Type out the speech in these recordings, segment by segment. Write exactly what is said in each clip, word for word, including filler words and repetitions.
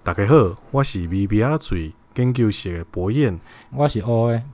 大家好，我是咪咪仔嘴研究室的博彦， 我是乌的。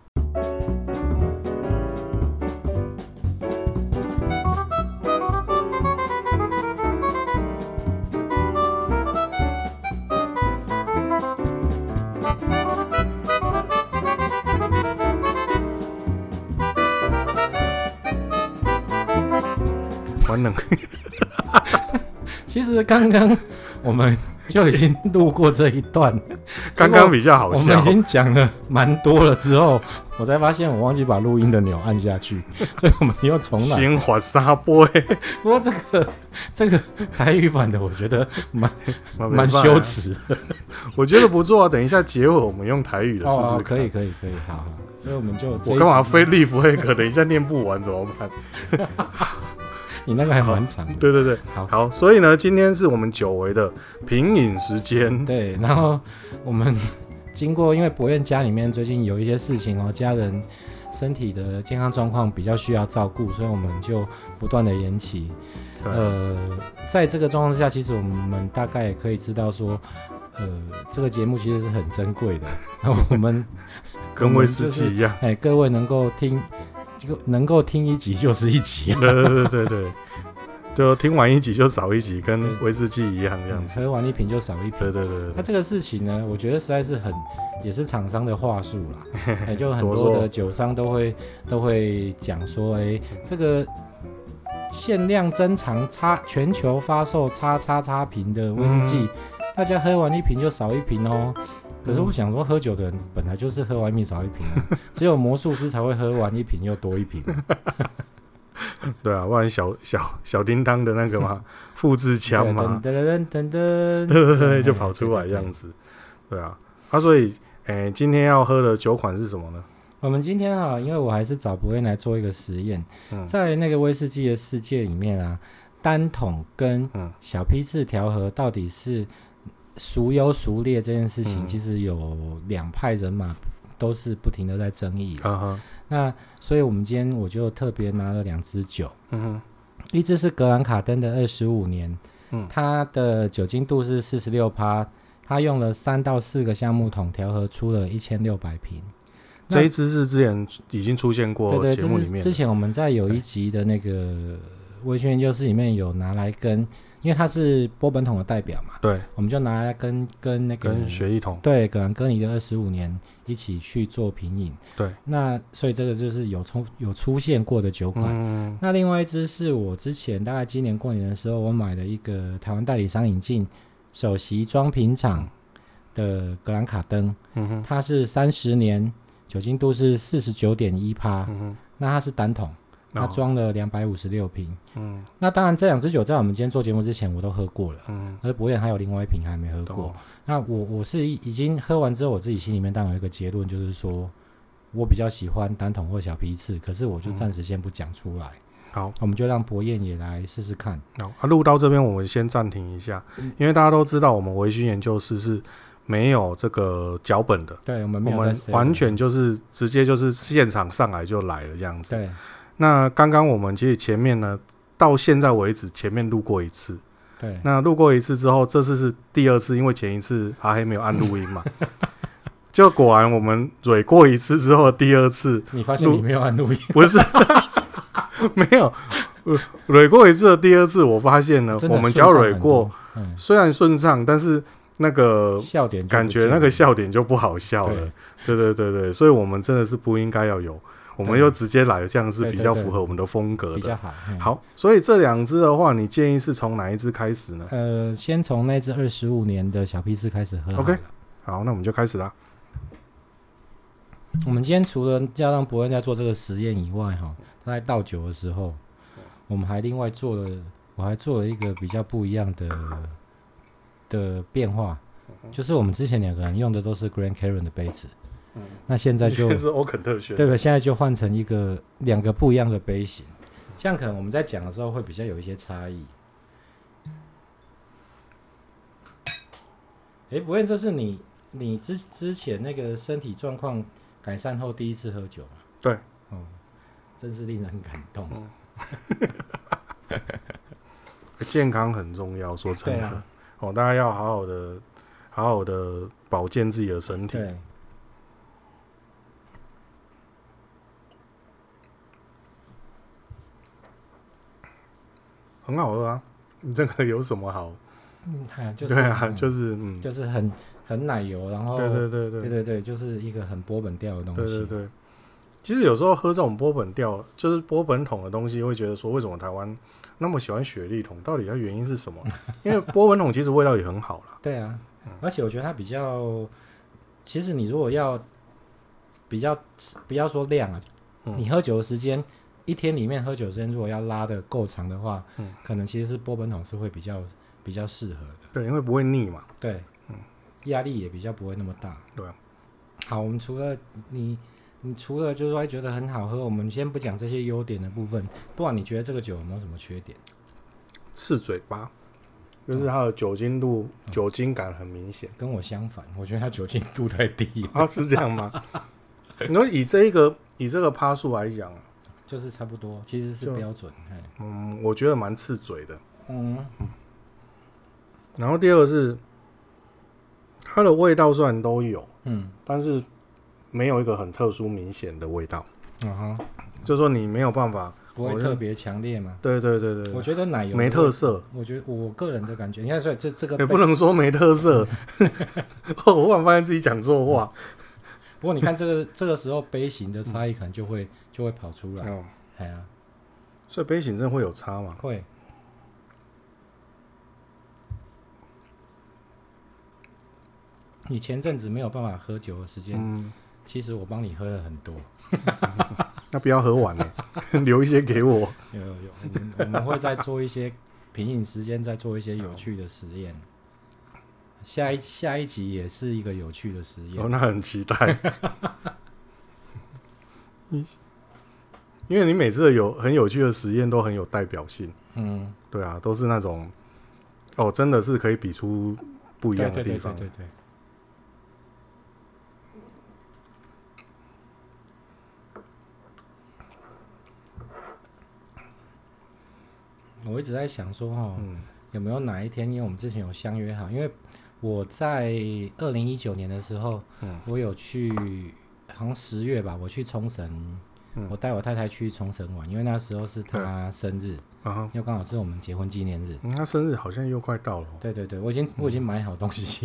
完了。 其实刚刚我们就已经录过这一段， 刚刚比较好笑。 我们已经讲了蛮多了之后，我才发现我忘记把录音的钮按下去，所以我们又重来。 先发三杯。 不过这个这个台语版的，我觉得蛮蛮羞耻的。 我觉得不错啊，等一下结尾我们用台语的试试看。 哦，可以可以可以，好好。所以我们就我干嘛非立不会可？等一下念不完怎么办？ 你那个还蛮长的。 对对对， 好， 好，所以呢，今天是我们久违的品饮时间。 对，然后我们经过，因为博彦家里面最近有一些事情哦，家人身体的健康状况比较需要照顾，所以我们就不断的延期。呃，在这个状况之下，其实我们大概也可以知道说，呃，这个节目其实是很珍贵的。然后我们跟威士忌一样， 哎、就是，各位能够听。能够听一集就是一集、啊， 对对对对对，就听完一集就少一集，跟威士忌一样这样子， 喝完一瓶就少一瓶。 对对 对, 對。 那这个事情呢，我觉得实在是很，也是厂商的话术啦，欸、就很多的酒商都会都会讲说，哎、欸，这个限量珍藏叉全球发售叉叉叉瓶的威士忌、嗯，大家喝完一瓶就少一瓶哦。可是我想说，喝酒的人本来就是喝完一瓶少一瓶啊，只有魔术师才会喝完一瓶又多一瓶。 对啊，不然小小小叮当的那个嘛，复制枪嘛， 噔噔噔噔，对对对，就跑出来这样子。对啊，啊，所以，诶，今天要喝的酒款是什么呢？ 我们今天啊，因为我还是找博彦来做一个实验、嗯，在那个威士忌的世界里面啊，单桶跟小批次调和到底是孰优孰劣这件事情、嗯，其实有两派人马都是不停的在争议的、uh-huh. 那所以我们今天我就特别拿了两支酒、uh-huh. 一支是格兰卡登的二十五年、uh-huh. 它的酒精度是 百分之四十六， 它用了三到四个橡木桶调和出了一千六百瓶。 这一支是之前已经出现过节目里面的，对对， 之前我们在有一集的那个微醺研究室里面有拿来跟，因为它是波本桶的代表嘛， 对， 我们就拿来跟跟那个跟雪莉桶， 对，格兰哥尼的二十五年一起去做品饮， 对， 那所以这个就是有出有出现过的酒款、嗯。那另外一支是我之前大概今年过年的时候，我买了一个台湾代理商引进首席装瓶厂的格兰卡登，嗯、它是三十年，酒精度是 百分之四十九点一， 那它是单桶。它装了两百五十六瓶，嗯，那当然这两支酒在我们今天做节目之前我都喝过了，嗯，而博彦还有另外一瓶还没喝过。那我我是已经喝完之后，我自己心里面当然有一个结论，就是说我比较喜欢单桶或小批次，可是我就暂时先不讲出来。好、嗯，我们就让博彦也来试试看。 好，啊，录到这边我们先暂停一下、嗯，因为大家都知道我们微醺研究室是没有这个脚本的， 对，我们没有， 我们完全就是直接就是现场上来就来了这样子， 对。 那刚刚我们其实前面呢，到现在为止前面录过一次， 对。 那录过一次之后，这次是第二次，因为前一次阿黑没有按录音嘛，就果然我们蕊过一次之后，第二次你发现你没有按录音， 不是没有蕊过一次的第二次，我发现呢，我们只要蕊过、嗯，虽然顺畅，但是那个笑点感觉那个笑点就不好笑了，对对对对，所以我们真的是不应该要有。我们又直接来，这样是比较符合我们的风格的， 比较好。 好，所以这两支的话，你建议是从哪一支开始呢？ 呃，先从那支二十五年的小批次开始喝。 OK， 好，那我们就开始啦。 我们今天除了要让博彦在做这个实验以外，哈，他在倒酒的时候，我们还另外做了，我还做了一个比较不一样的的变化，就是我们之前两个人用的都是 Grand Caron 的杯子。嗯、那现在就是欧肯特轩， 对吧？现在就换成一个两个不一样的杯型，这样可能我们在讲的时候会比较有一些差异。哎，博彦，这是你你之之前那个身体状况改善后第一次喝酒吗？ 对， 哦，真是令人感动。 嗯、健康很重要，说真的、啊，哦，大家要好好的好好的保健自己的身体。 对， 很好喝啊，你这个有什么好？ 嗯，哎，就是对啊，就是嗯， 就是很很奶油，然后对对对对对对对，就是一个很波本调的东西。 对对对，其实有时候喝这种波本调，就是波本桶的东西，会觉得说为什么台湾那么喜欢雪莉桶？到底它原因是什么？因为波本桶其实味道也很好啦。 对啊，而且我觉得它比较，其实你如果要比较不要说量啊，嗯、你喝酒的时间一天里面喝酒时间如果要拉的够长的话，嗯，可能其实是波本桶是会比较比较适合的。 对，因为不会腻嘛。 对，嗯，压力也比较不会那么大。 对啊。 好，我们除了你。你除了就是说觉得很好喝，我们先不讲这些优点的部分，不然你觉得这个酒有没有什么缺点？ 刺嘴巴，就是它的酒精度、嗯、酒精感很明显。 跟我相反，我觉得它酒精度太低。 啊，是这样吗？你说以这一个以这个趴数来讲， 就是差不多，其实是标准。 嗯，我觉得蛮刺嘴的。 嗯嗯。 然后第二个是它的味道虽然都有，嗯，但是没有一个很特殊明显的味道，嗯哼，就是说你没有办法， 不会特别强烈嘛？ 对对对对， 我觉得奶油没特色。 我觉得我个人的感觉，你看，所以这这个也不能说没特色。我忽然发现自己讲错话。 不过你看这个这个时候杯型的差异可能就会、嗯、就会跑出来。哦，哎呀， 所以杯型真的会有差吗？ 会。你前阵子没有办法喝酒的时间。嗯，其实我帮你喝了很多。 那不要喝完了，留一些给我。 有有有，我们我们会再做一些品饮时间，再做一些有趣的实验。下一下一集也是一个有趣的实验。 哦，那很期待。因为你每次的有很有趣的实验都很有代表性。嗯，对啊，都是那种哦，真的是可以比出不一样的地方。 对对对对对对。我一直在想说哈、嗯，有没有哪一天，因为我们之前有相约好，因为我在二零一九年的时候、嗯，我有去，好像十月吧，我去冲绳、嗯，我带我太太去冲绳玩，因为那时候是她生日，啊、又刚好是我们结婚纪念日。 嗯，她生日好像又快到了。 对对对，我已经我已经买好东西，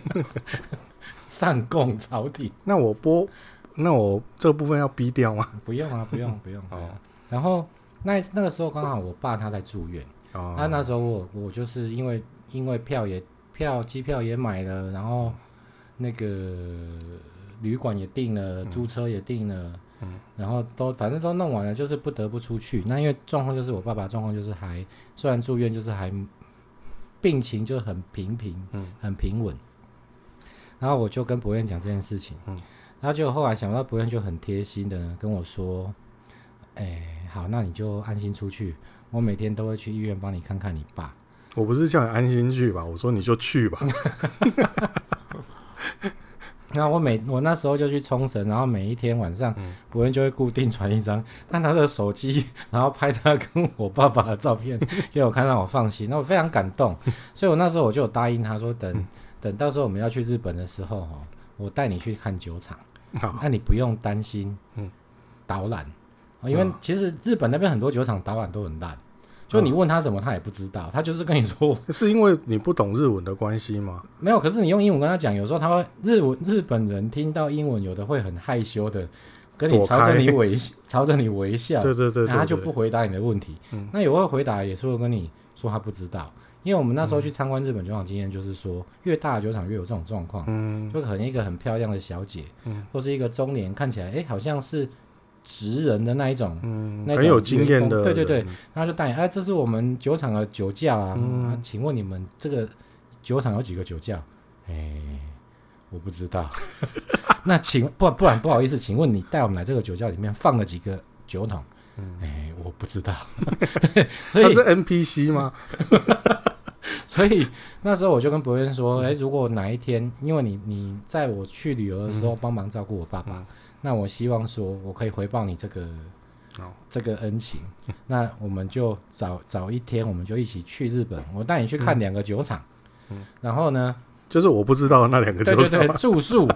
上供朝廷。 那我播，那我这部分要逼掉吗？ 不用啊，不用不用。哦，然后。那那个时候刚好我爸他在住院，那、哦啊、那时候我我就是因为因为票也票机票也买了，然后那个旅馆也订了，租车也订了，嗯，然后都反正都弄完了，就是不得不出去。那因为状况就是我爸爸状况就是还虽然住院，就是还病情就很平平，嗯，很平稳。然后我就跟博彦讲这件事情，嗯，然后就后来想到博彦就很贴心的跟我说，哎。好，那你就安心出去。我每天都会去医院帮你看看你爸。 我不是叫你安心去吧？我说你就去吧。 那我每我那时候就去冲绳，然后每一天晚上，博彦、嗯、就会固定传一张他拿着手机，然后拍他跟我爸爸的照片给我看，让我放心。那我非常感动，所以我那时候我就有答应他说等，等、嗯、等到时候我们要去日本的时候，我带你去看酒厂。那你不用担心，嗯，导览。因为其实日本那边很多酒厂导览都很烂，就你问他什么他也不知道，他就是跟你说。 是因为你不懂日文的关系吗？ 没有，可是你用英文跟他讲，有时候他会日文日本人听到英文，有的会很害羞的跟你朝着你微朝着你微笑， 对对 对, 对, 对， 他就不回答你的问题。嗯、那有会回答也是会跟你说他不知道，因为我们那时候去参观日本酒厂经验就是说，越大的酒厂越有这种状况，嗯，就可能一个很漂亮的小姐，嗯，或是一个中年看起来哎好像是。职人的那一种，嗯，那种很有经验的， 对对对，然后就带你，哎，这是我们酒厂的酒窖啊，嗯、啊，请问你们这个酒厂有几个酒窖？哎，我不知道。那请不不然不好意思，请问你带我们来这个酒窖里面放了几个酒桶？嗯，哎，我不知道。对，所以他是 N P C 吗？ 所以那时候我就跟博彦说，哎，如果哪一天，因为你你在我去旅游的时候帮忙照顾我爸爸。嗯，那我希望说我可以回报你这个、哦、这个恩情，那我们就找找一天，我们就一起去日本，我带你去看两个酒厂，嗯、然后呢， 就是我不知道那两个就是对对对，住宿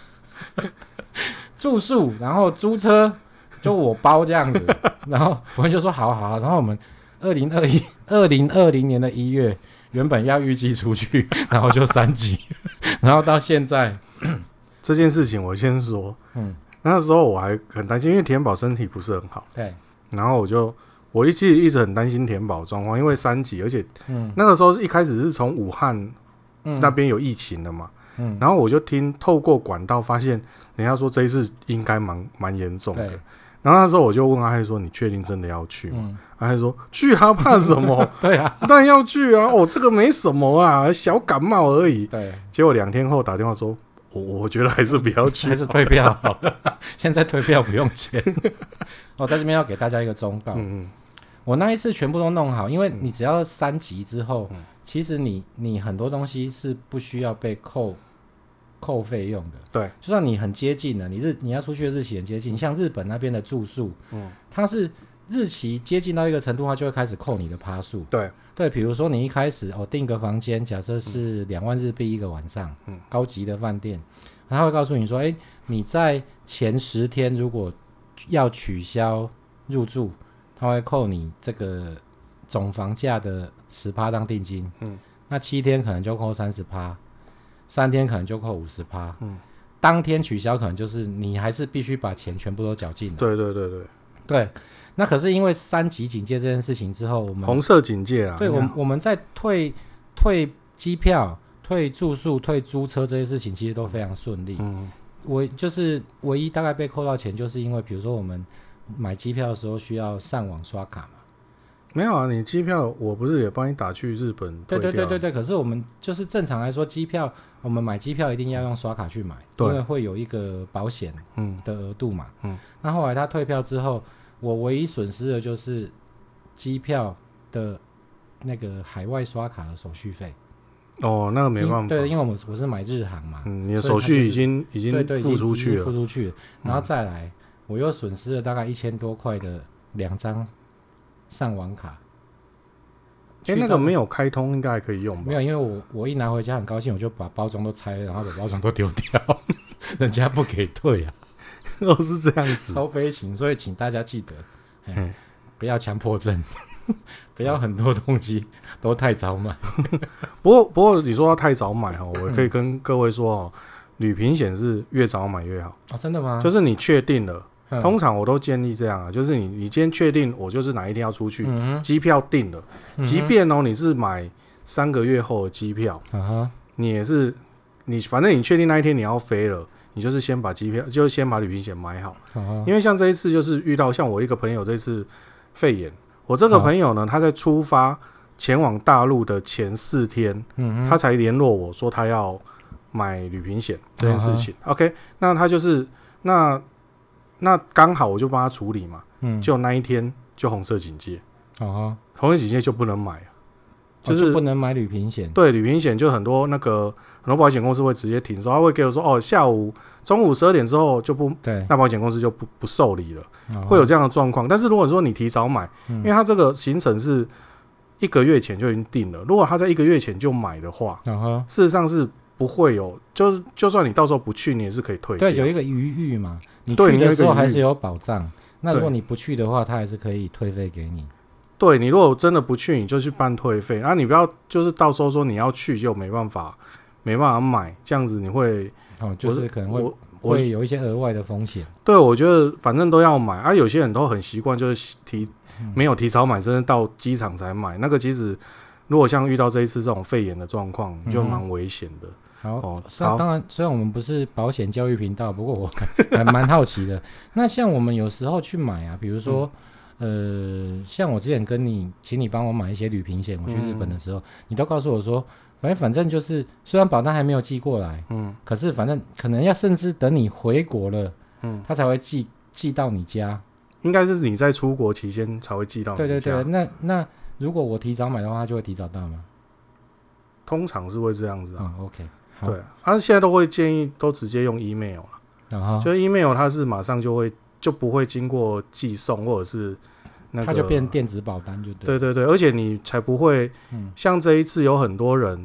住宿，然后租车就我包这样子，然后我们就说好好好，然后我们二零二一二零二零年的一月原本要预计出去，然后就三级，然后到现在这件事情我先说，嗯，那时候我还很担心，因为田宝身体不是很好，对，然后我就我一直一直很担心田宝状况，因为三级，而且嗯那个时候一开始是从武汉那边有疫情的嘛。嗯，然后我就听透过管道发现，人家说这一次应该蛮蛮严重的。然后那时候我就问阿黑说：“你确定真的要去吗？”嗯、阿黑说：“去啊，怕什么？ 对啊， 当然要去啊！哦，这个没什么啊，小感冒而已。”对。结果两天后打电话说：“我我觉得还是不要去， 还是退票好了。现在退票不用钱。”我在这边要给大家一个忠告。嗯嗯。我那一次全部都弄好，因为你只要三级之后。嗯其实你你很多东西是不需要被扣扣费用的，对，就算你很接近了，你日你要出去的日期很接近，像日本那边的住宿，嗯，它是日期接近到一个程度，它就会开始扣你的趴数，对对，比如说你一开始哦订个房间，假设是两万日币一个晚上，嗯，高级的饭店，他会告诉你说，哎，你在前十天如果要取消入住，他会扣你这个总房价的十趴当定金，嗯，那七天可能就扣三十趴，三天可能就扣五十趴，嗯，当天取消可能就是你还是必须把钱全部都缴进来。对对对对对，那可是因为三级警戒这件事情之后，我们红色警戒啊， 对，我们我们在退退机票、退住宿、退租车这些事情其实都非常顺利。嗯，我就是唯一大概被扣到钱，就是因为比如说我们买机票的时候需要上网刷卡嘛。 没有啊，你机票我不是也帮你打去日本退掉？ 对对对对对，可是我们就是正常来说，机票我们买机票一定要用刷卡去买，因为会有一个保险的额度嘛。嗯，那后来他退票之后，我唯一损失的就是机票的那个海外刷卡的手续费。 哦，那个没办法。 对，因为我们我是买日航嘛， 嗯，你的手续已经、就是、已经付出去了， 付出去了，然后再来，我又损失了大概一千多块的两张。上网卡， 哎、欸，那个没有开通，应该还可以用吧？ 没有，因为我我一拿回家很高兴，我就把包装都拆了，然后把包装都丢掉，人家不给退啊， 都是这样子， 超悲情。所以请大家记得，嗯、不要强迫症，不要很多东西都太早买。 不过不过你说要太早买哈，我可以跟各位说哦，旅平险是越早买越好哦，真的吗？ 就是你确定了。通常我都建议这样啊，就是你你今天确定我就是哪一天要出去，机、嗯、票定了，嗯、即便哦你是买三个月后的机票，嗯、你也是你反正你确定那一天你要飞了，你就是先把机票就先把旅行险买好，嗯、因为像这一次就是遇到像我一个朋友这次肺炎，我这个朋友呢、嗯、他在出发前往大陆的前四天，嗯、他才联络我说他要买旅行险这件事情、嗯、，OK， 那他就是那。那刚好我就帮他处理嘛，嗯，就那一天就红色警戒，哦，红色警戒就不能买， 就是、哦、就不能买旅平险。 对，旅平险就很多那个很多保险公司会直接停收，他会给我说哦，下午中午十二点之后就不，对，那保险公司就不不受理了，哦、会有这样的状况。但是如果说你提早买，嗯、因为他这个行程是一个月前就已经定了，如果他在一个月前就买的话，哦、事实上是不会有，就是就算你到时候不去，你也是可以退掉。 对，有一个余裕嘛。你去的时候还是有保障，那如果你不去的话，他还是可以退费给你。 对，你如果真的不去，你就去办退费，然后你不要就是到时候说你要去就没办法没办法买，这样子你会哦，就是可能会会有一些额外的风险。 对，我觉得反正都要买啊，有些人都很习惯就是提没有提早买，甚至到机场才买，那个其实如果像遇到这一次这种肺炎的状况，就蛮危险的。嗯好，哦、虽然当然，虽然我们不是保险教育频道，不过我还蛮好奇的。那像我们有时候去买啊，比如说，嗯、呃，像我之前跟你，请你帮我买一些旅平险，我去日本的时候，嗯、你都告诉我说，反正反正就是，虽然保单还没有寄过来，嗯，可是反正可能要甚至等你回国了，嗯，他才会寄寄到你家。 应该是你在出国期间才会寄到你家。 对对对，那那如果我提早买的话，他就会提早到吗？ 通常是会这样子啊。 嗯 ，OK。 对，他、啊、现在都会建议都直接用 email 了，uh-huh. 就 email 它是马上就会就不会经过寄送或者是那个， 它就变电子保单就对。 对对对，而且你才不会、嗯、像这一次有很多人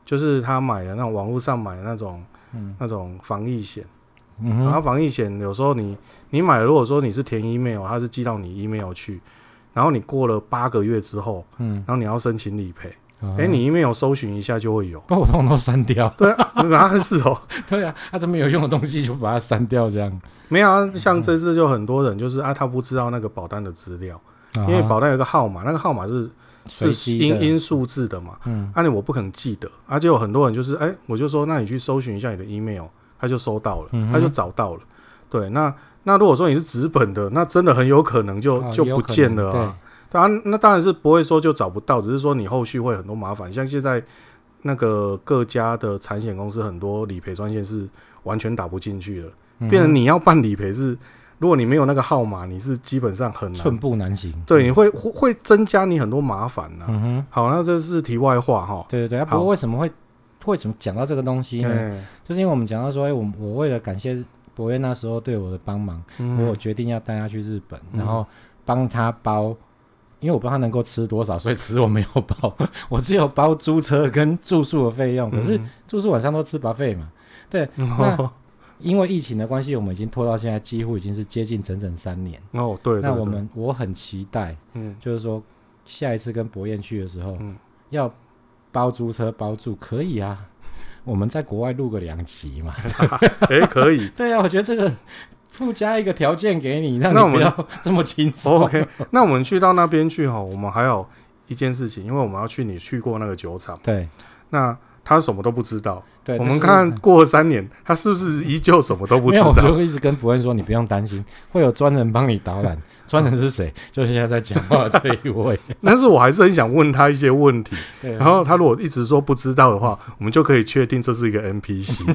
就是他买的那种网络上买的那种、嗯、那种防疫险。 嗯， 然后防疫险有时候你你买了，如果说你是填 email， 它是寄到你 email 去，然后你过了八个月之后，嗯，然后你要申请理赔，哎、啊欸，你 email 搜寻一下就会有， 把我通通都删掉。 对啊，答案是哦， 对啊，他这么有用的东西就把它删掉，这样没有啊？像这次就很多人就是啊，他不知道那个保单的资料，因为保单有个号码，那个号码是是因因数字的嘛，嗯，啊，你我不可能记得，而且有很多人就是哎、欸，我就说那你去搜寻一下你的 email， 他就收到了，嗯、他就找到了。对，那那如果说你是纸本的，那真的很有可能就、哦、就不见了啊。当然，那当然是不会说就找不到，只是说你后续会很多麻烦。像现在那个各家的产险公司很多理赔专线是完全打不进去了，嗯、变成你要办理赔是，如果你没有那个号码，你是基本上很难， 寸步难行。 对，你会会增加你很多麻烦呐、啊嗯。好，那这是题外话哈。 对对对，不过为什么会为什么讲到这个东西呢？就是因为我们讲到说，哎、欸，我我为了感谢博彦那时候对我的帮忙、嗯，我有决定要带他去日本，嗯、然后帮他包，因为我不知道他能够吃多少，所以其实我没有包，我只有包租车跟住宿的费用。可是住宿晚上都吃 buffet 嘛，对。嗯、那因为疫情的关系，我们已经拖到现在，几乎已经是接近整整三年。 哦，对。 那我们我很期待，嗯，就是说下一次跟博彦去的时候，嗯，要包租车包住，可以啊。我们在国外录个两集嘛， 哎、欸，可以。 对啊，我觉得这个附加一个条件给你，让你不要这么轻松。 OK， 那我们去到那边去哈，我们还有一件事情，因为我们要去你去过那个酒厂， 对， 那他什么都不知道。 对， 我们看过了三年，他是不是依旧什么都不知道？ 没有，我就一直跟博彦说，你不用担心，会有专人帮你导览。专人是谁？就是现在在讲话的这一位。 但是我还是很想问他一些问题。对、啊。然后他如果一直说不知道的话，我们就可以确定这是一个 N P C。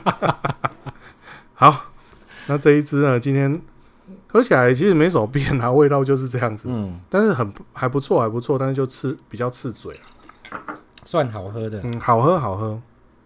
好，那这一支呢，今天喝起来其实没什么变啊，味道就是这样子。嗯。但是很还不错，还不错，但是就刺比较刺嘴， 算好喝的。 嗯，好喝，好喝。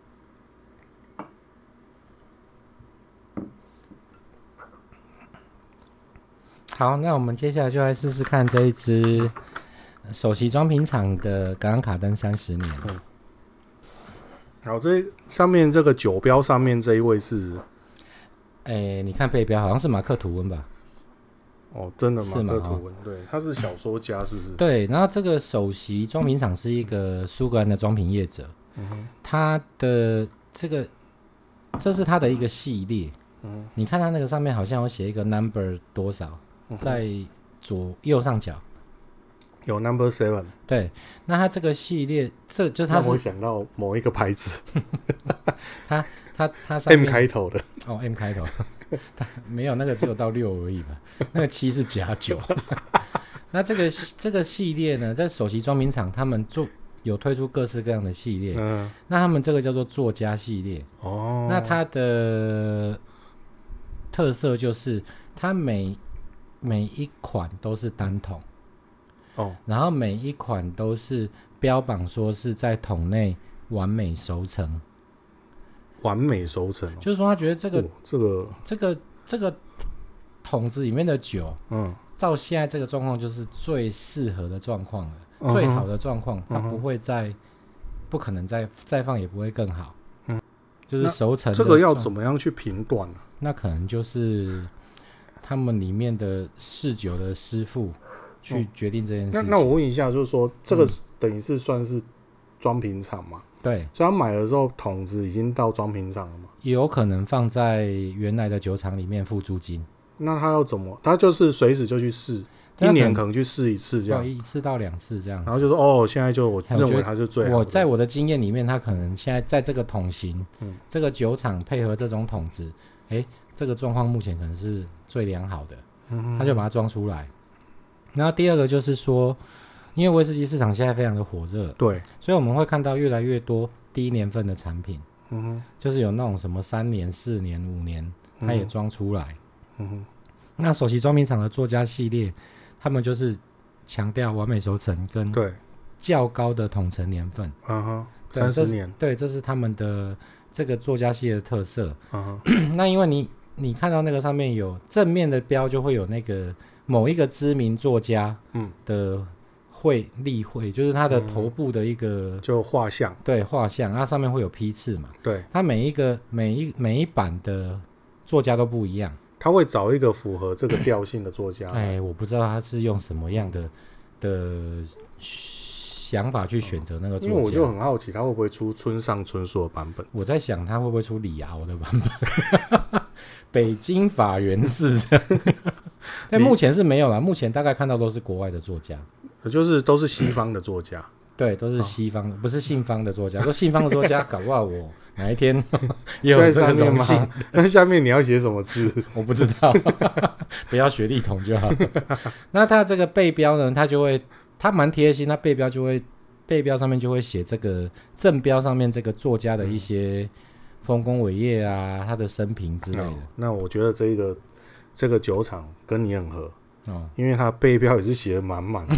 好，那我们接下来就来试试看这一支首席装瓶厂的格兰卡登三十年。嗯， 好，这上面这个酒标上面这一位是， 哎、欸，你看背标好像是马克吐温吧？ 哦，真的马克吐温，对，他是小说家，是不是？ 对，然后这个首席装瓶厂是一个苏格兰的装瓶业者，嗯哼，他的这个这是他的一个系列，嗯，你看他那个上面好像有写一个 number 多少。在左右上角有 number seven， 对，那它这个系列，这就它是让我想到某一个牌子， 它它它上面 M 开头的哦 ，M 开头，没有那个只有到六而已吧，那个七是假九。那这个这个系列呢，在首席装瓶厂他们做有推出各式各样的系列，嗯，那他们这个叫做作家系列哦，那它的特色就是它每每一款都是单桶哦，然后每一款都是标榜说是在桶内完美熟成， 完美熟成、哦， 就是说他觉得这个、哦、 这个这个这个桶子里面的酒，嗯，到现在这个状况就是最适合的状况了、嗯，最好的状况，它不会再、嗯、不可能再再放也不会更好，嗯，就是熟成的。 这个要怎么样去评断呢？ 那可能就是他们里面的试酒的师傅去决定这件事情、 哦、那, 那我问一下，就是说这个等于是算是装瓶厂嘛、 嗯？对， 所以他买的时候桶子已经到装瓶厂了嘛？ 也有可能放在原来的酒厂里面付租金。 那他要怎么？他就是随时就去试，一年可能去试一次这样， 一次到两次这样子。 然后就说哦，现在就我认为它是最好的。 我在我的经验里面，他可能现在在这个桶型，嗯，这个酒厂配合这种桶子，哎，这个状况目前可能是最良好的，嗯，他就把它装出来。然后第二个就是说，因为威士忌市场现在非常的火热， 对， 所以我们会看到越来越多低年份的产品，嗯哼，就是有那种什么三年、四年、五年，它也装出来，嗯哼。那首席装瓶厂的作家系列，他们就是强调完美熟成跟对较高的桶陈年份， 嗯哼，三十年， 对，这是他们的这个作家系列的特色。嗯哼，那因为你你看到那个上面有正面的标，就会有那个某一个知名作家的绘立绘，就是它的头部的一个、 嗯、就画像， 对，画像，它上面会有批次嘛， 对， 它每一个每一每一版的作家都不一样， 他会找一个符合这个调性的作家。 哎，我不知道他是用什么样的的想法去选择那个作家， 因为我就很好奇，他会不会出村上春树的版本？ 我在想他会不会出李敖的版本，北京法源寺这样。但目前是没有啦，目前大概看到都是国外的作家， 就是都是西方的作家。 对，都是西方的，哦、不是信方的作家。说信方的作家，搞不好我哪一天也有这个荣幸。 那下面你要写什么字？ 我不知道，不要学历统就好。那他这个背标呢，他就会，他蛮贴心，他背标就会，背标上面就会写这个正标上面这个作家的一些丰功伟业啊，他的生平之类的。哦、 那我觉得这个这个酒厂跟你很合哦，因为他背标也是写的满满的。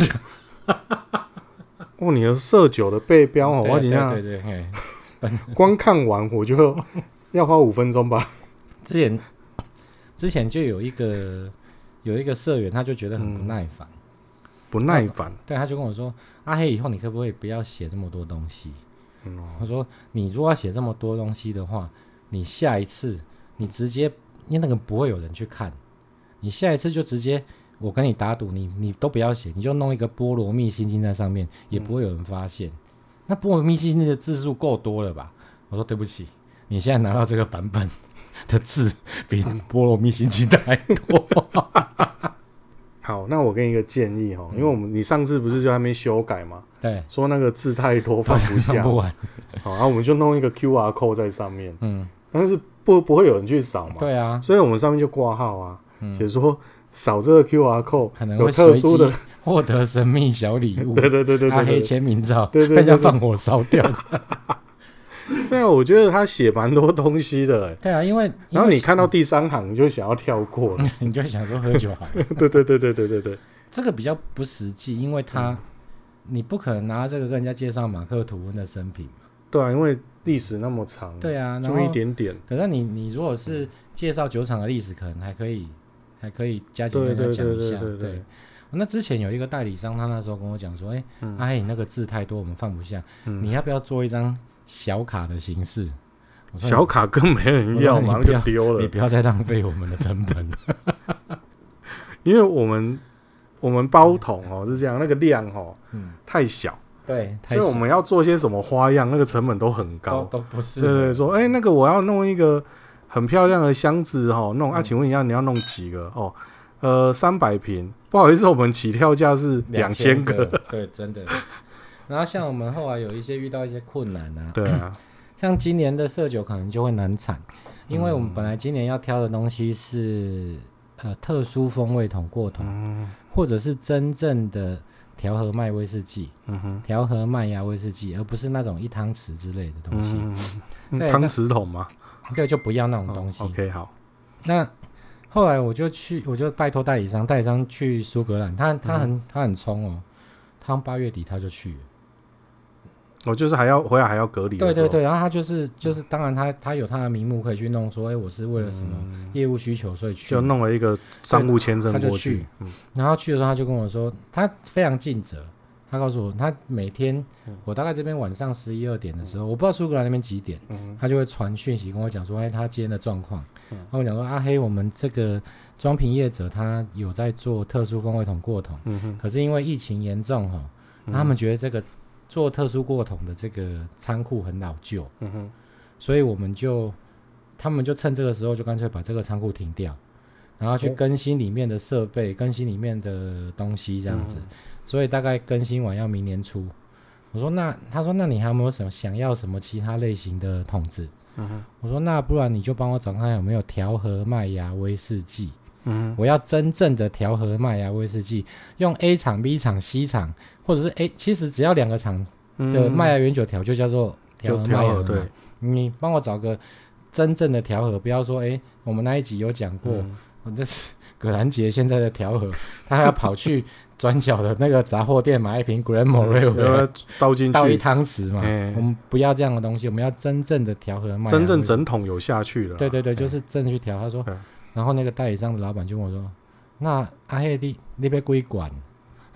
哦，你的色酒的背标哦，我怎样？对对对，光看完我就要花五分钟吧。 之前之前就有一个有一个社员，他就觉得很不耐烦、嗯， 不耐烦。 对，他就跟我说：“阿黑，以后你可不可以不要写这么多东西？”嗯、哦，他说：“你如果要写这么多东西的话，你下一次你直接，因为那个不会有人去看，你下一次就直接。”我跟你打赌，你你都不要写，你就弄一个菠萝蜜心经在上面，也不会有人发现。嗯、那菠萝蜜心经的字数够多了吧？我说对不起，你现在拿到这个版本的字比菠萝蜜心经的还多。 好，那我给你一个建议哈，因为我们你上次不是就还没修改吗？ 对， 说那个字太多放不下， 放不完。 好，然后我们就弄一个 Q R code 在上面，嗯，但是不不会有人去扫嘛？ 对啊， 所以我们上面就挂号啊，写、嗯、说。扫这个 Q R code 可能会有特殊的获得神秘小礼物， 对对对对， 阿黑签名照， 对对， 被人家放火烧掉。 对啊，我觉得他写蛮多东西的、欸， 对啊，因为然后你看到第三行，你就想要跳过了， 你就想说喝酒好了。 对对对对对对对， 这个比较不实际，因为他、嗯、你不可能拿这个跟人家介绍马克吐温的生平嘛。 对啊，因为历史那么长， 对啊， 就一点点。 可是你你如果是介绍酒厂的历史，可能还可以。还可以加紧跟他讲一下，对。那之前有一个代理商，他那时候跟我讲说：“哎、欸，嗯、阿黑，你那个字太多，我们放不下，嗯、你要不要做一张小卡的形式？”我说小卡更没人要，马上就丢了。 你不要再浪费我们的成本了， 因为我们我们包桶哦是这样，那个量哦、嗯、太小， 对， 所以我们要做些什么花样，那个成本都很高， 都, 都不是。 对对，说哎、欸，那个我要弄一个。很漂亮的箱子哦，弄啊，请问一下你要弄几个哦？呃，三百瓶，不好意思，我们起跳价是两千个， 对，真的。然后像我们后来有一些遇到一些困难啊， 对啊， 像今年的色酒可能就会难产，因为我们本来今年要挑的东西是呃特殊风味桶过桶，嗯、或者是真正的调和麦威士忌，嗯哼，调和麦芽威士忌，而不是那种一汤匙之类的东西。 嗯、汤匙桶吗？ 对，就不要那种东西。 哦、OK， 好。 那后来我就去，我就拜托代理商，代理商去苏格兰，他他很、嗯、他很冲哦，他八月底他就去了。 我、哦、就是还要回来还要隔离。 对对对，然后他就是就是，当然他他有他的名目可以去弄，说，哎，我是为了什么业务需求，所以去就弄了一个商务签证过去。他就去， 嗯、然后去的时候他就跟我说，他非常尽责。他告诉我，他每天、嗯、我大概这边晚上十一二点的时候，嗯、我不知道苏格兰那边几点，嗯、他就会传讯息跟我讲说，哎，他今天的状况。嗯、然后我讲说，阿黑，我们这个装瓶业者他有在做特殊风味桶过桶，嗯、可是因为疫情严重哈、嗯，他们觉得这个做特殊过桶的这个仓库很老旧，嗯、所以我们就他们就趁这个时候就干脆把这个仓库停掉，然后去更新里面的设备，更新里面的东西这样子。嗯，所以大概更新完要明年初。我说那他说那你还有没有什么想要什么其他类型的桶子？嗯、我说那不然你就帮我找看有没有调和麦芽威士忌。嗯，我要真正的调和麦芽威士忌，用 A 厂 B 厂 C 厂或者是 A， 其实只要两个厂的麦芽原酒调就叫做调和麦芽。对，你帮我找个真正的调和，不要说哎我们那一集有讲过，嗯、我这是葛兰杰现在的调和，他还要跑去转角的那个杂货店买一瓶 Grand Moray 倒进去倒一汤匙嘛、欸、我们不要这样的东西，我们要真正的调和麦芽， 真正整桶有下去了。 对对对，就是真的去调。他说，然后那个代理商的老板就问我说，那阿黑你你要几罐？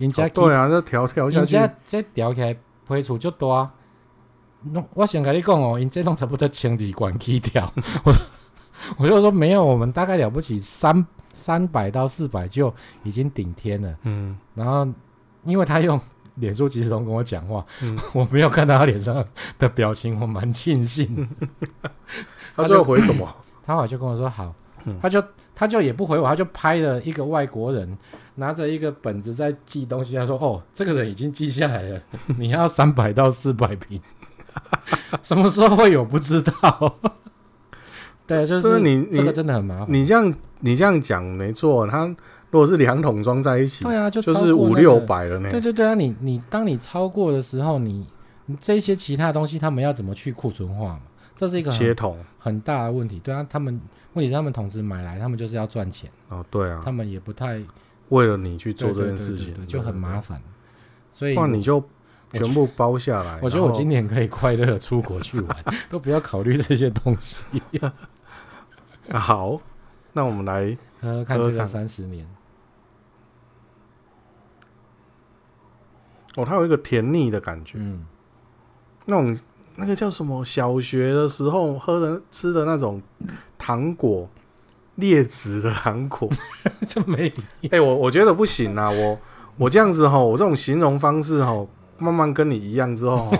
人家、 哦、对啊，这调调下去， 人家这调起来批处就大。我先跟你讲哦，因这种差不多千几管起跳，我我就说没有，我们大概了不起三三百到四百就已经顶天了。嗯，然后因为他用脸书即时通跟我讲话，嗯、我没有看到他脸上的表情，我蛮庆幸。 他最后回什么？ 他后来就跟我说好，嗯、他就他就也不回我，他就拍了一个外国人拿着一个本子在记东西，他说哦，这个人已经记下来了，你要三百到四百瓶。什么时候会有不知道？对，就是你这个真的很麻烦。 你这样你这样讲没错，他如果是两桶装在一起， 对啊，就、 那個、就是五六百了呢。 对对对啊，你你当你超过的时候，你你这些其他东西他们要怎么去库存化嘛？这是一个很切桶很大的问题。对啊，他们问题是他们同时买来，他们就是要赚钱。 哦，对啊， 他们也不太为了你去做这件事情， 对对对对对就很麻烦。所以不然你就。全部包下来， 我觉得我今年可以快乐的出国去玩，都不要考虑这些东西。 好，那我们来喝喝看这个三十年。 哦，它有一个甜腻的感觉，嗯，那种那个叫什么？小学的时候喝的吃的那种糖果，劣质的糖果， 这没。 哎、欸，我我觉得不行啊，我我这样子哈，我这种形容方式哈。慢慢跟你一样之后，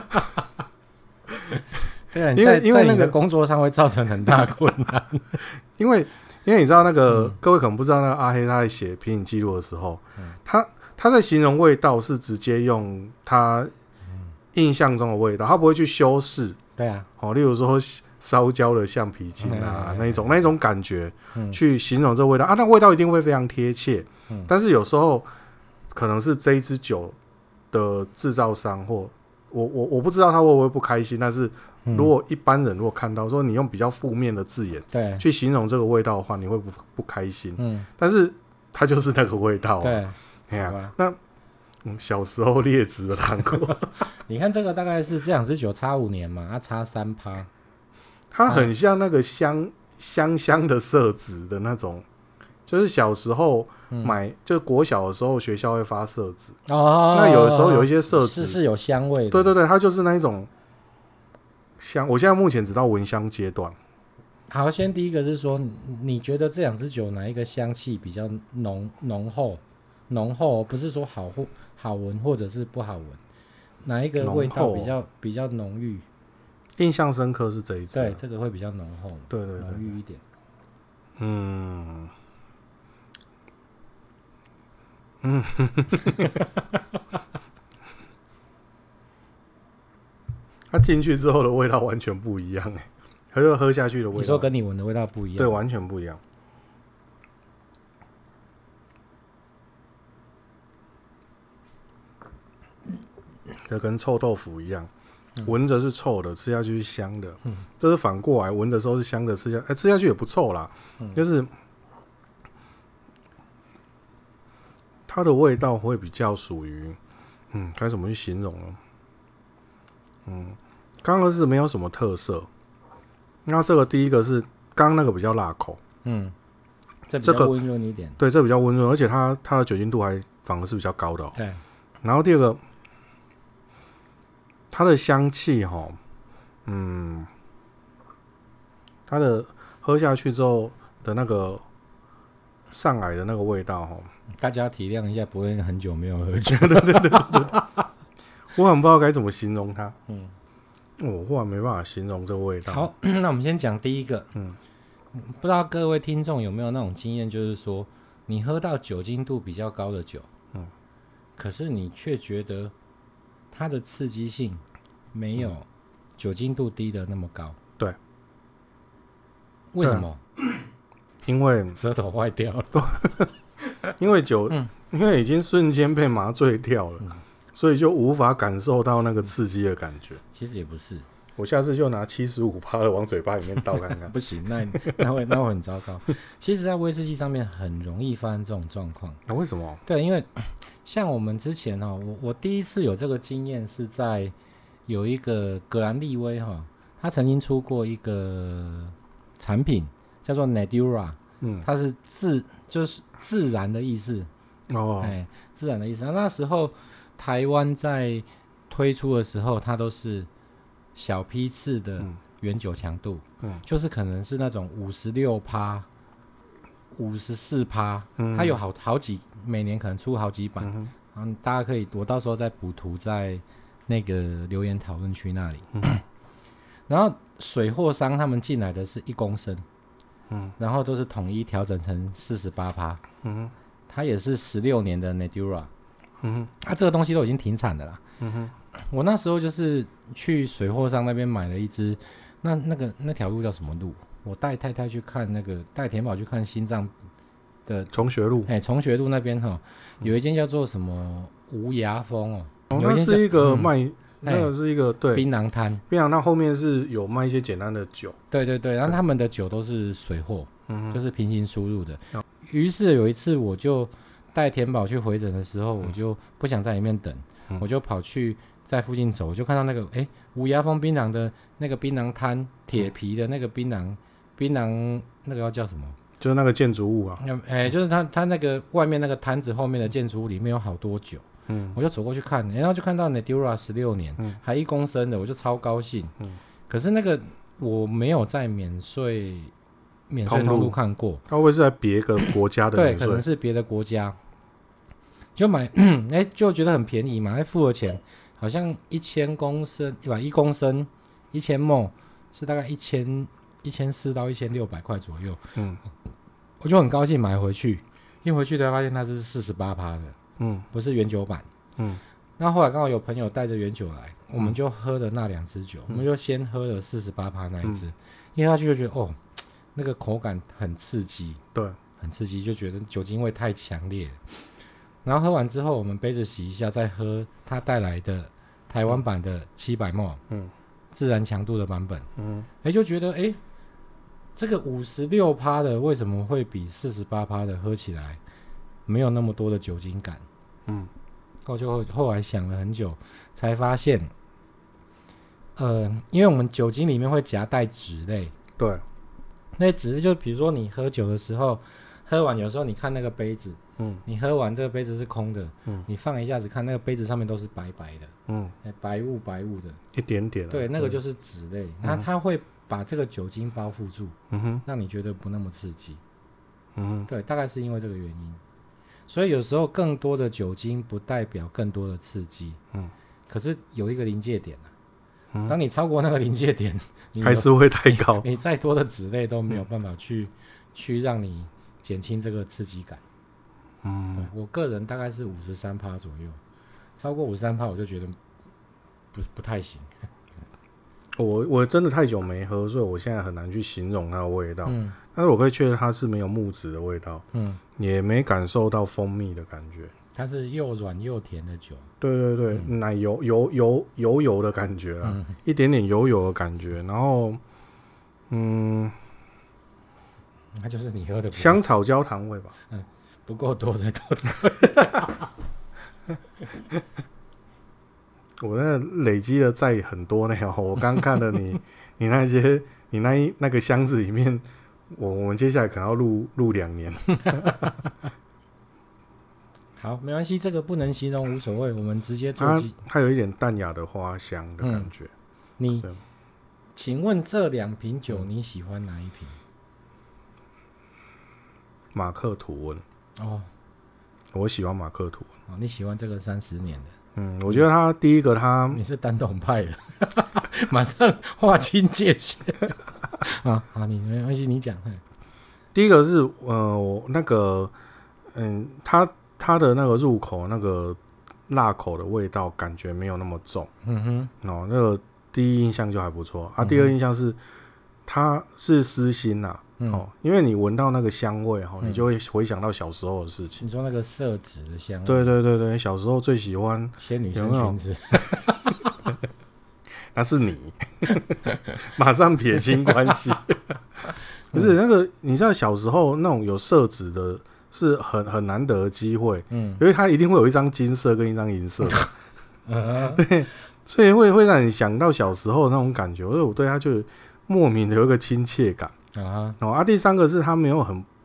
对啊，因为因为那个工作上会造成很大困难， 因为因为你知道那个、嗯、各位可能不知道，那个阿黑他在写品饮记录的时候，嗯、他他在形容味道是直接用他印象中的味道，他不会去修饰， 对啊， 哦，例如说烧焦的橡皮筋啊、嗯、那一种那一种感觉、嗯、去形容这个味道啊，那味道一定会非常贴切、嗯，但是有时候可能是这一支酒的制造商或我我我不知道他会不会不开心，但是如果一般人如果看到说你用比较负面的字眼对去形容这个味道的话，你会不不开心？嗯，但是它就是那个味道、啊，对，哎呀、啊，那、嗯、小时候劣质的糖果， 你看这个大概是这两支酒差五年嘛，它差三趴， 它很像那个香香香的色纸的那种。就是小时候买，嗯、就国小的时候学校会发色纸哦，那有的时候有一些色纸是是有香味的， 对对对，它就是那一种香。我现在目前只到闻香阶段。 好，先第一个是说，你觉得这两支酒哪一个香气比较浓浓厚？浓厚不是说好或好闻或者是不好闻，哪一个味道比较比较浓郁？ 印象深刻是这一支， 对，这个会比较浓厚， 对对对， 浓郁一点。 嗯。嗯，它进去之后的味道完全不一样哎，还有喝下去的味道， 你说跟你闻的味道不一样？ 对，完全不一样。就跟臭豆腐一样，闻着是臭的，吃下去是香的。嗯，这是反过来，闻的时候是香的，吃下哎、欸、吃下去也不臭啦，嗯、就是。它的味道会比较属于，嗯，该怎么去形容呢？嗯，刚刚是没有什么特色。那这个第一个是刚刚那个比较辣口， 嗯，这比较温润一点、 這個。对，这比较温润，而且它它的酒精度还反而是比较高的、哦。 对。 然后第二个，它的香气哈、哦，嗯，它的喝下去之后的那个上来的那个味道哈、哦。 大家体谅一下，不会很久没有喝酒。 对对对对对，我很不知道该怎么形容它。嗯，我忽然没办法形容这个味道。 好，那我们先讲第一个。嗯，不知道各位听众有没有那种经验，就是说你喝到酒精度比较高的酒，嗯，可是你却觉得它的刺激性没有酒精度低的那么高。 对， 为什么？ 因为舌头坏掉了。 因为酒、嗯，因为已经瞬间被麻醉掉了、嗯，所以就无法感受到那个刺激的感觉。 其实也不是， 我下次就拿七十五趴的往嘴巴里面倒看看。 不行，那那会那会很糟糕。其实，在威士忌上面很容易发生这种状况。 那、啊、为什么？ 对，因为像我们之前哈、哦，我我第一次有这个经验是在有一个格兰利威哈、哦，他曾经出过一个产品叫做 Nadura。嗯，它是自就是自然的意思， 哦， 哎，自然的意思。那时候台湾在推出的时候，它都是小批次的原酒强度，嗯，就是可能是那种五十六趴、五十四趴，它有好好几，每年可能出好几版，嗯，然后大家可以，我到时候再补图在那个留言讨论区那里。嗯，然后水货商他们进来的是一公升，嗯，然后都是统一调整成四十八趴，嗯，它也是十六年的 Nadura， 嗯，它、啊、这个东西都已经停产的啦，嗯哼，我那时候就是去水货商那边买了一支，那那个那条路叫什么路？我带太太去看那个，带田宝去看心脏的崇学路， 哎，崇学路那边哈，有一间叫做什么无牙峰哦， 哦，那是一个卖。嗯那个是一个对槟榔摊， 槟榔摊后面是有卖一些简单的酒， 对对对，然后他们的酒都是水货，嗯，就是平行输入的。于是有一次我就带田宝去回诊的时候，我就不想在里面等，嗯，我就跑去在附近走，我就看到那个哎无牙峰槟榔的那个槟榔摊，铁皮的那个槟榔，槟榔那个要叫什么？ 就是那个建筑物啊， 哎，就是他他那个外面那个摊子后面的建筑物里面有好多酒。嗯，我就走过去看，然后就看到 Nadura 十六年，嗯，还一公升的，我就超高兴。嗯，可是那个我没有在免税免税通路看过， 它会不会是在别个国家的免税？ 对，可能是别的国家。就买，哎，就觉得很便宜嘛，还付了钱，好像一千公升，对吧？一公升一千 ml 是大概一千一千四到一千六百块左右。嗯，我就很高兴买回去，一回去才发现它是四十八趴的。嗯，不是原酒版。嗯，那后来刚好有朋友带着原酒来，嗯，我们就喝了那两支酒，嗯，我们就先喝了四十八趴那一支，嗯，因为下去就觉得哦，那个口感很刺激， 对， 很刺激，就觉得酒精味太强烈了。然后喝完之后，我们杯子洗一下，再喝他带来的台湾版的七百 ml， 嗯，自然强度的版本，嗯，哎，就觉得哎，这个五十六趴的为什么会比四十八趴的喝起来没有那么多的酒精感？嗯，我就后来想了很久，才发现，呃，因为我们酒精里面会夹带酯类， 对， 那酯类就比如说你喝酒的时候，喝完有时候你看那个杯子，嗯，你喝完这个杯子是空的，嗯，你放一下子看那个杯子上面都是白白的，嗯，白雾白雾的， 一点点， 对，那个就是酯类，那，嗯，它会把这个酒精包覆住，嗯哼，让你觉得不那么刺激，嗯哼，对，大概是因为这个原因。所以有时候更多的酒精不代表更多的刺激，嗯，可是有一个临界点啊，嗯，当你超过那个临界点，你还是会太高， 你，你再多的酯类都没有办法去，嗯，去让你减轻这个刺激感。嗯，我个人大概是五十三趴左右，超过五十三趴我就觉得不不太行。 我我真的太久没喝，所以我现在很难去形容它的味道。嗯，但是我可以确认它是没有木质的味道，嗯，也没感受到蜂蜜的感觉。 它是又软又甜的酒。 对对对，嗯，奶油油油油油的感觉啦，嗯，一点点油油的感觉，然后嗯， 它就是你喝的香草焦糖味吧， 嗯，不够多才多的。 我那累积的债很多呢，我刚看了你你那些你那一那个箱子里面，我我们接下来可能要录录两年。 好，没关系，这个不能形容无所谓，我们直接做记。 它有一点淡雅的花香的感觉。嗯， 你请问这两瓶酒你喜欢哪一瓶？ 马克吐温。哦，我喜欢马克吐温。 哦，你喜欢这个三十年的？ 嗯，我觉得他第一个他你是单桶派的，马上划清界限。啊，好，你没关系，你讲。 第一个是呃，我那个嗯，他他的那个入口那个辣口的味道感觉没有那么重。嗯哼，哦，那个第一印象就还不错啊。第二印象是它是丝馨呐。嗯，哦，因为你闻到那个香味哈，嗯，你就会回想到小时候的事情。 你说那个色纸的香味？ 对对对对，小时候最喜欢仙女生裙子。 那是你，马上撇清关系。不是那个，你知道小时候那种有色纸的，是很很难得的机会，嗯，因为它一定会有一张金色跟一张银色的。嗯，对，所以会会让你想到小时候的那种感觉，所以我对它就莫名的有一个亲切感。啊，哦，啊，第三个是它没有很，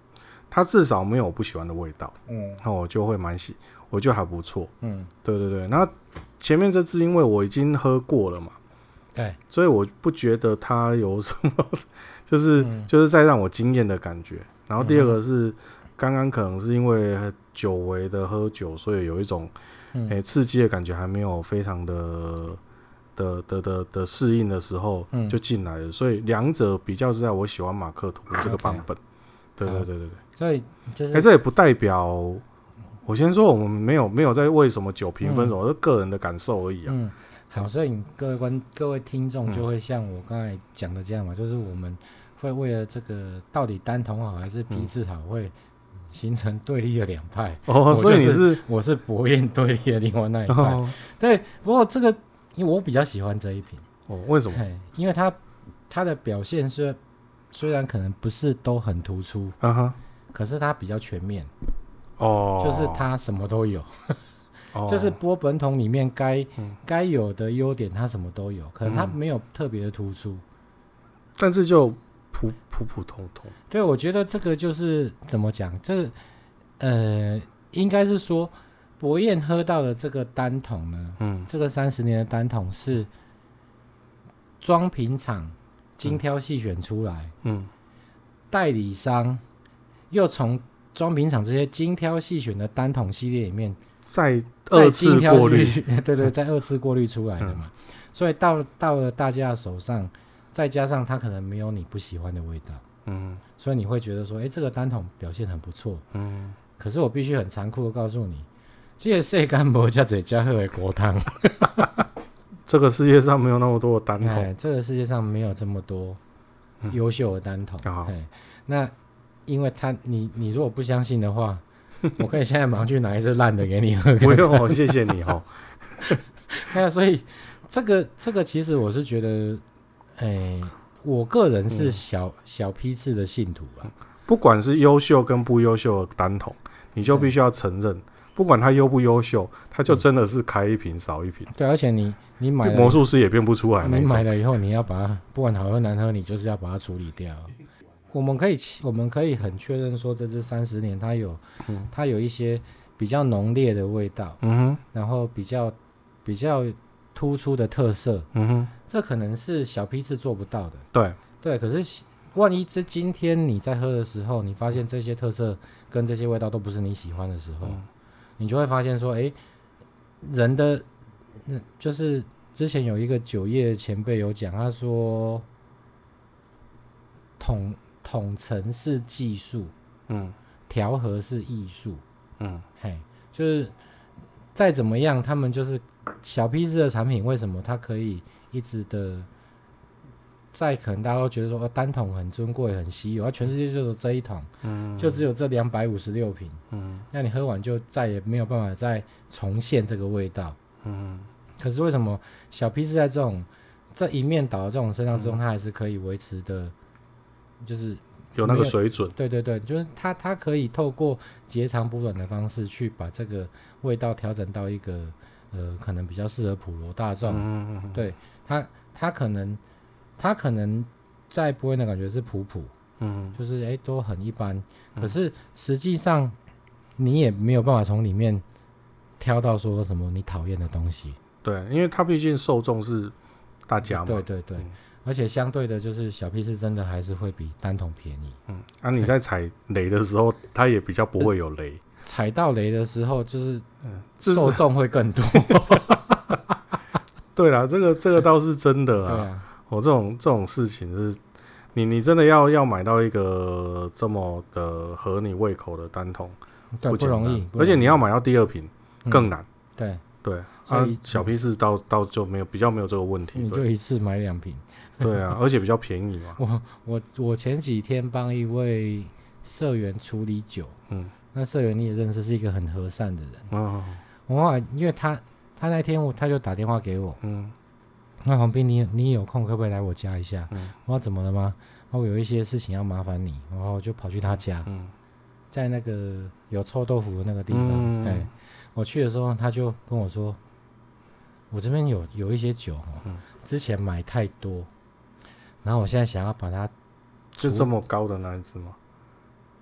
它至少没有我不喜欢的味道，嗯，那我就会蛮喜，我就还不错，嗯，对对对。那前面这支因为我已经喝过了嘛， 对， 所以我不觉得它有什么，就是、嗯、就是再让我惊艳的感觉。然后第二个是、嗯、刚刚可能是因为久违的喝酒，所以有一种、嗯欸、刺激的感觉还没有非常的。的的的的适应的时候就进来了、嗯，所以两者比较是在我喜欢马克图的这个版本。Okay. 对对对对对， 所以就是， 哎、欸，这也不代表我先说我们没有没有在为什么酒评分什么，是、嗯、个人的感受而已啊。 嗯，好，所以你各位观各位听众就会像我刚才讲的这样嘛、嗯，就是我们会为了这个到底单桶好还是批次好，会形成对立的两派。 哦，所以你是我是博彦对立的另外那一派。哦、对，不过这个。因为我比较喜欢这一瓶哦，为什么？ 因为它它的表现虽虽然可能不是都很突出，啊哈，可是它比较全面哦，就是它什么都有，哦、就是波本桶里面该该、嗯、有的优点它什么都有，可能它没有特别的突出，嗯、 但是就普普普通通。 对，我觉得这个就是怎么讲，这个呃，应该是说。博彦喝到的这个单桶呢，嗯，这个三十年的单桶是装瓶厂精挑细选出来，嗯，代理商又从装瓶厂这些精挑细选的单桶系列里面再二次过滤， 对对，再二次过滤出来的嘛，嗯、所以到到了大家的手上，再加上它可能没有你不喜欢的味道，嗯，所以你会觉得说，哎，这个单桶表现很不错，嗯，可是我必须很残酷的告诉你。这个世界没这么多好的果汤， 这个世界上没有那么多的单桶， 这个世界上没有这么多优秀的单桶。嗯、那因为他，你你如果不相信的话，我可以现在马上去拿一支烂的给你喝看看。 不用，谢谢你哦。 那所以这个这个其实我是觉得，哎，我个人是小、嗯、小批次的信徒啦。 不管是优秀跟不优秀的单桶，你就必须要承认。不管他优不优秀，他就真的是开一瓶少一瓶。 对，而且你你买了魔术师也变不出来。 你买了以后，你要把它不管好喝难喝，你就是要把它处理掉。我们可以我们可以很确认说，这支三十年它有、嗯、它有一些比较浓烈的味道，嗯哼，然后比较比较突出的特色，嗯哼，这可能是小批次做不到的。 对对，可是万一这今天你在喝的时候，你发现这些特色跟这些味道都不是你喜欢的时候。嗯，你就会发现说，哎，人的，就是之前有一个酒业前辈有讲，他说，统统陈是技术，嗯，调和是艺术，嗯，嘿，就是再怎么样，他们就是小批次的产品，为什么它可以一直的，在可能大家都觉得说、哦、单桶很尊贵、很稀有，啊，全世界就有这一桶，嗯，就只有这两百五十六瓶，嗯，那你喝完就再也没有办法再重现这个味道，嗯，可是为什么小批次在这种这一面倒的这种身上之中，它还是可以维持的，就是有那个水准， 对对对，就是它它可以透过截长补短的方式去把这个味道调整到一个呃可能比较适合普罗大众，嗯嗯嗯，对它它可能。它可能在不会的感觉是普普，嗯，就是哎都很一般，可是实际上你也没有办法从里面挑到说什么你讨厌的东西。 对，因为它毕竟受众是大家嘛。 对对对，嗯、而且相对的就是小批次真的还是会比单桶便宜。 嗯，啊你在踩雷的时候，它也比较不会有雷。 踩到雷的时候，就是受众会更多。 对啦，这个这个倒是真的啊。对啊。我、哦、这种这种事情是，你你真的要要买到一个这么的合你胃口的单桶， 不不容易， 而且你要买到第二瓶更难。 嗯、对对，所以、啊、小批次到到就没有比较没有这个问题， 你就一次买两瓶。 对啊，而且比较便宜嘛。 我我我前几天帮一位社员处理酒，嗯，那社员你也认识，是一个很和善的人。哦，我后来因为他他那天我他就打电话给我，嗯。那黄斌，你你有空可不可以来我家一下？嗯、我说怎么了吗？我有一些事情要麻烦你，然后就跑去他家，嗯、在那个有臭豆腐的那个地方。嗯欸、我去的时候，他就跟我说，我这边有有一些酒、哦嗯、之前买太多，然后我现在想要把它， 就这么高的那一支吗？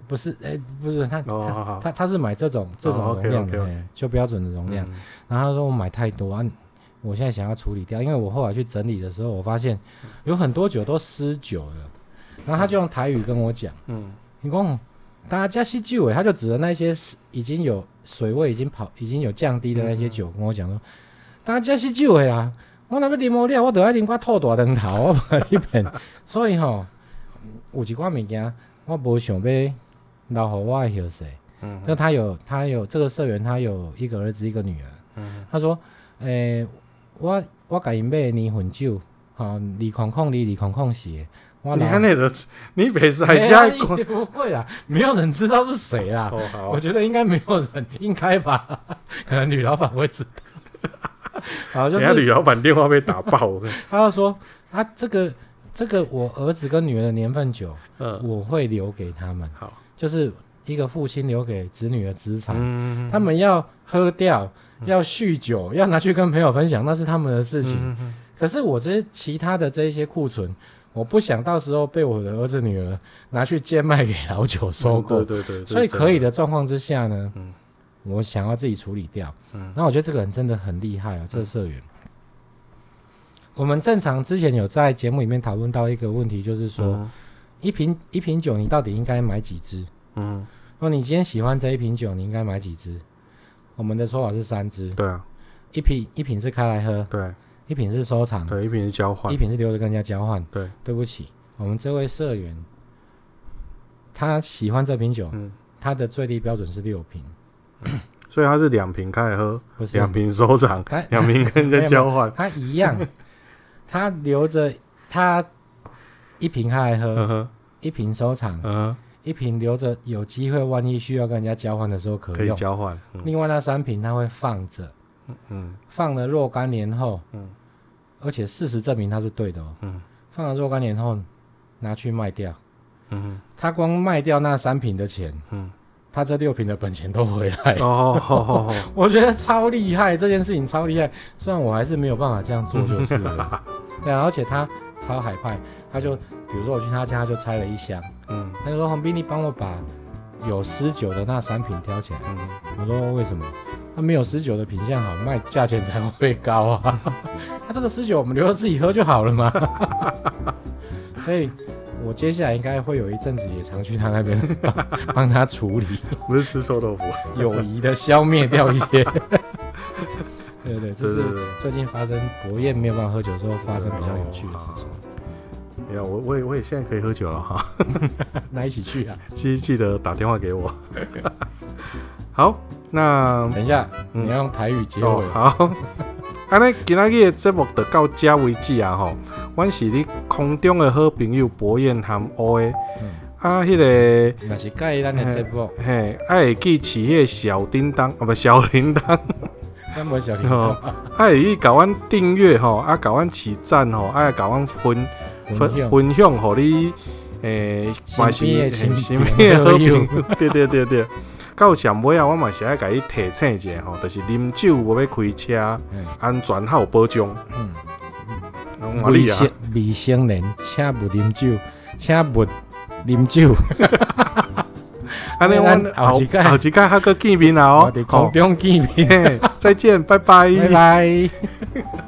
不是，哎、欸，不是他， 哦、 他好好他他是买这种这种容量的，哦、okay, okay, okay. 就标准的容量。嗯、然后他说我买太多啊，我现在想要处理掉，因为我后来去整理的时候，我发现有很多酒都失酒了。然后他就用台语跟我讲，嗯，你讲大家是酒诶，他就指的那些已经有水位已经跑已经有降低的那些酒，嗯、跟我讲说，大家是酒诶啊，我那要啉无了，我就爱啉我吐大肠头，我把你骗。所以吼，有一寡物件我无想要留给我的后世。嗯，就他有他有这个社员，他有一个儿子一个女儿。嗯，他说，诶、欸，我我给伊买的年份酒，吼、喔，二零零二、二零零四的。 你看那个，你北是还加一个？不会啦，没有人知道是谁啦。哦、好我觉得应该没有人，应该吧？可能吕老板会知道。好，就是吕老板电话被打爆。 他就说：“啊，这个这个我儿子跟女儿的年份酒，嗯，我会留给他们。好，就是一个父亲留给子女的资产。嗯，他们要喝掉，嗯、要酗酒，要拿去跟朋友分享，那是他们的事情。嗯、可是我这些其他的这一些库存。”我不想到时候被我的儿子女儿拿去贱卖给老酒收购、嗯，对对对，所以可以的状况之下呢，嗯，我想要自己处理掉。嗯，然后我觉得这个人真的很厉害啊，这个社员。嗯、我们正常之前有在节目里面讨论到一个问题，就是说，嗯、一瓶一瓶酒你到底应该买几支？嗯，如果你今天喜欢这一瓶酒，你应该买几支？我们的说法是三支。 对啊， 一瓶一瓶是开来喝。 对。 一瓶是收藏， 对，一瓶是交换， 一瓶是留着跟人家交换。 对， 对不起，我们这位社员，他喜欢这瓶酒，嗯，他的最低标准是六瓶， 嗯、所以他是两瓶开来喝，两瓶收藏，两瓶跟人家交换， 他一样，他留着他一瓶开来喝，嗯、一瓶收藏，嗯、一瓶留着有机会万一需要跟人家交换的时候可用， 可以交换。 嗯、另外那三瓶他会放着，嗯，放了若干年后，嗯。而且事实证明他是对的哦。嗯，放了若干年后拿去卖掉，嗯，他光卖掉那三瓶的钱，嗯，他这六瓶的本钱都回来。哦，哦哦我觉得超厉害，这件事情超厉害。虽然我还是没有办法这样做，就是了。对啊，而且他超海派，他就比如说我去他家，他就拆了一箱，嗯，他就说洪斌，你帮我把有失酒的那三瓶挑起来。嗯，我说为什么？他没有失酒的品相好卖，价钱才会高啊。他这个失酒我们留着自己喝就好了嘛。所以我接下来应该会有一阵子也常去他那边帮他处理， 不是吃臭豆腐， 友谊的消灭掉一些。对对，这是最近发生博彦没有办法喝酒的时候发生比较有趣的事情。 没有，我我也我也现在可以喝酒了哈。 那一起去啊！ 记记得打电话给我。好，那等一下、嗯、你要用台语结尾。哦、 好，安尼今仔日的节目就到这为止啊吼。阮是你空中的好朋友博彦和乌的，嗯、啊，迄、那個若是介意咱的节目， 嘿，爱会去饲迄個小叮當，啊不小鈴鐺。 咱无小叮當， 爱会去甲阮订阅吼，啊甲阮起赞吼，啊甲阮分分分享，互你诶，嘛是身边的好朋友，对对对对。到上尾啊，我嘛是爱甲你提醒一下吼，就是啉酒我要开车，嗯、安全好保障。嗯嗯，未成未成年，请勿啉酒，请勿啉酒。安尼，阮后后一届还阁见面啊！哦，空中见面， 再见，拜拜， 拜拜。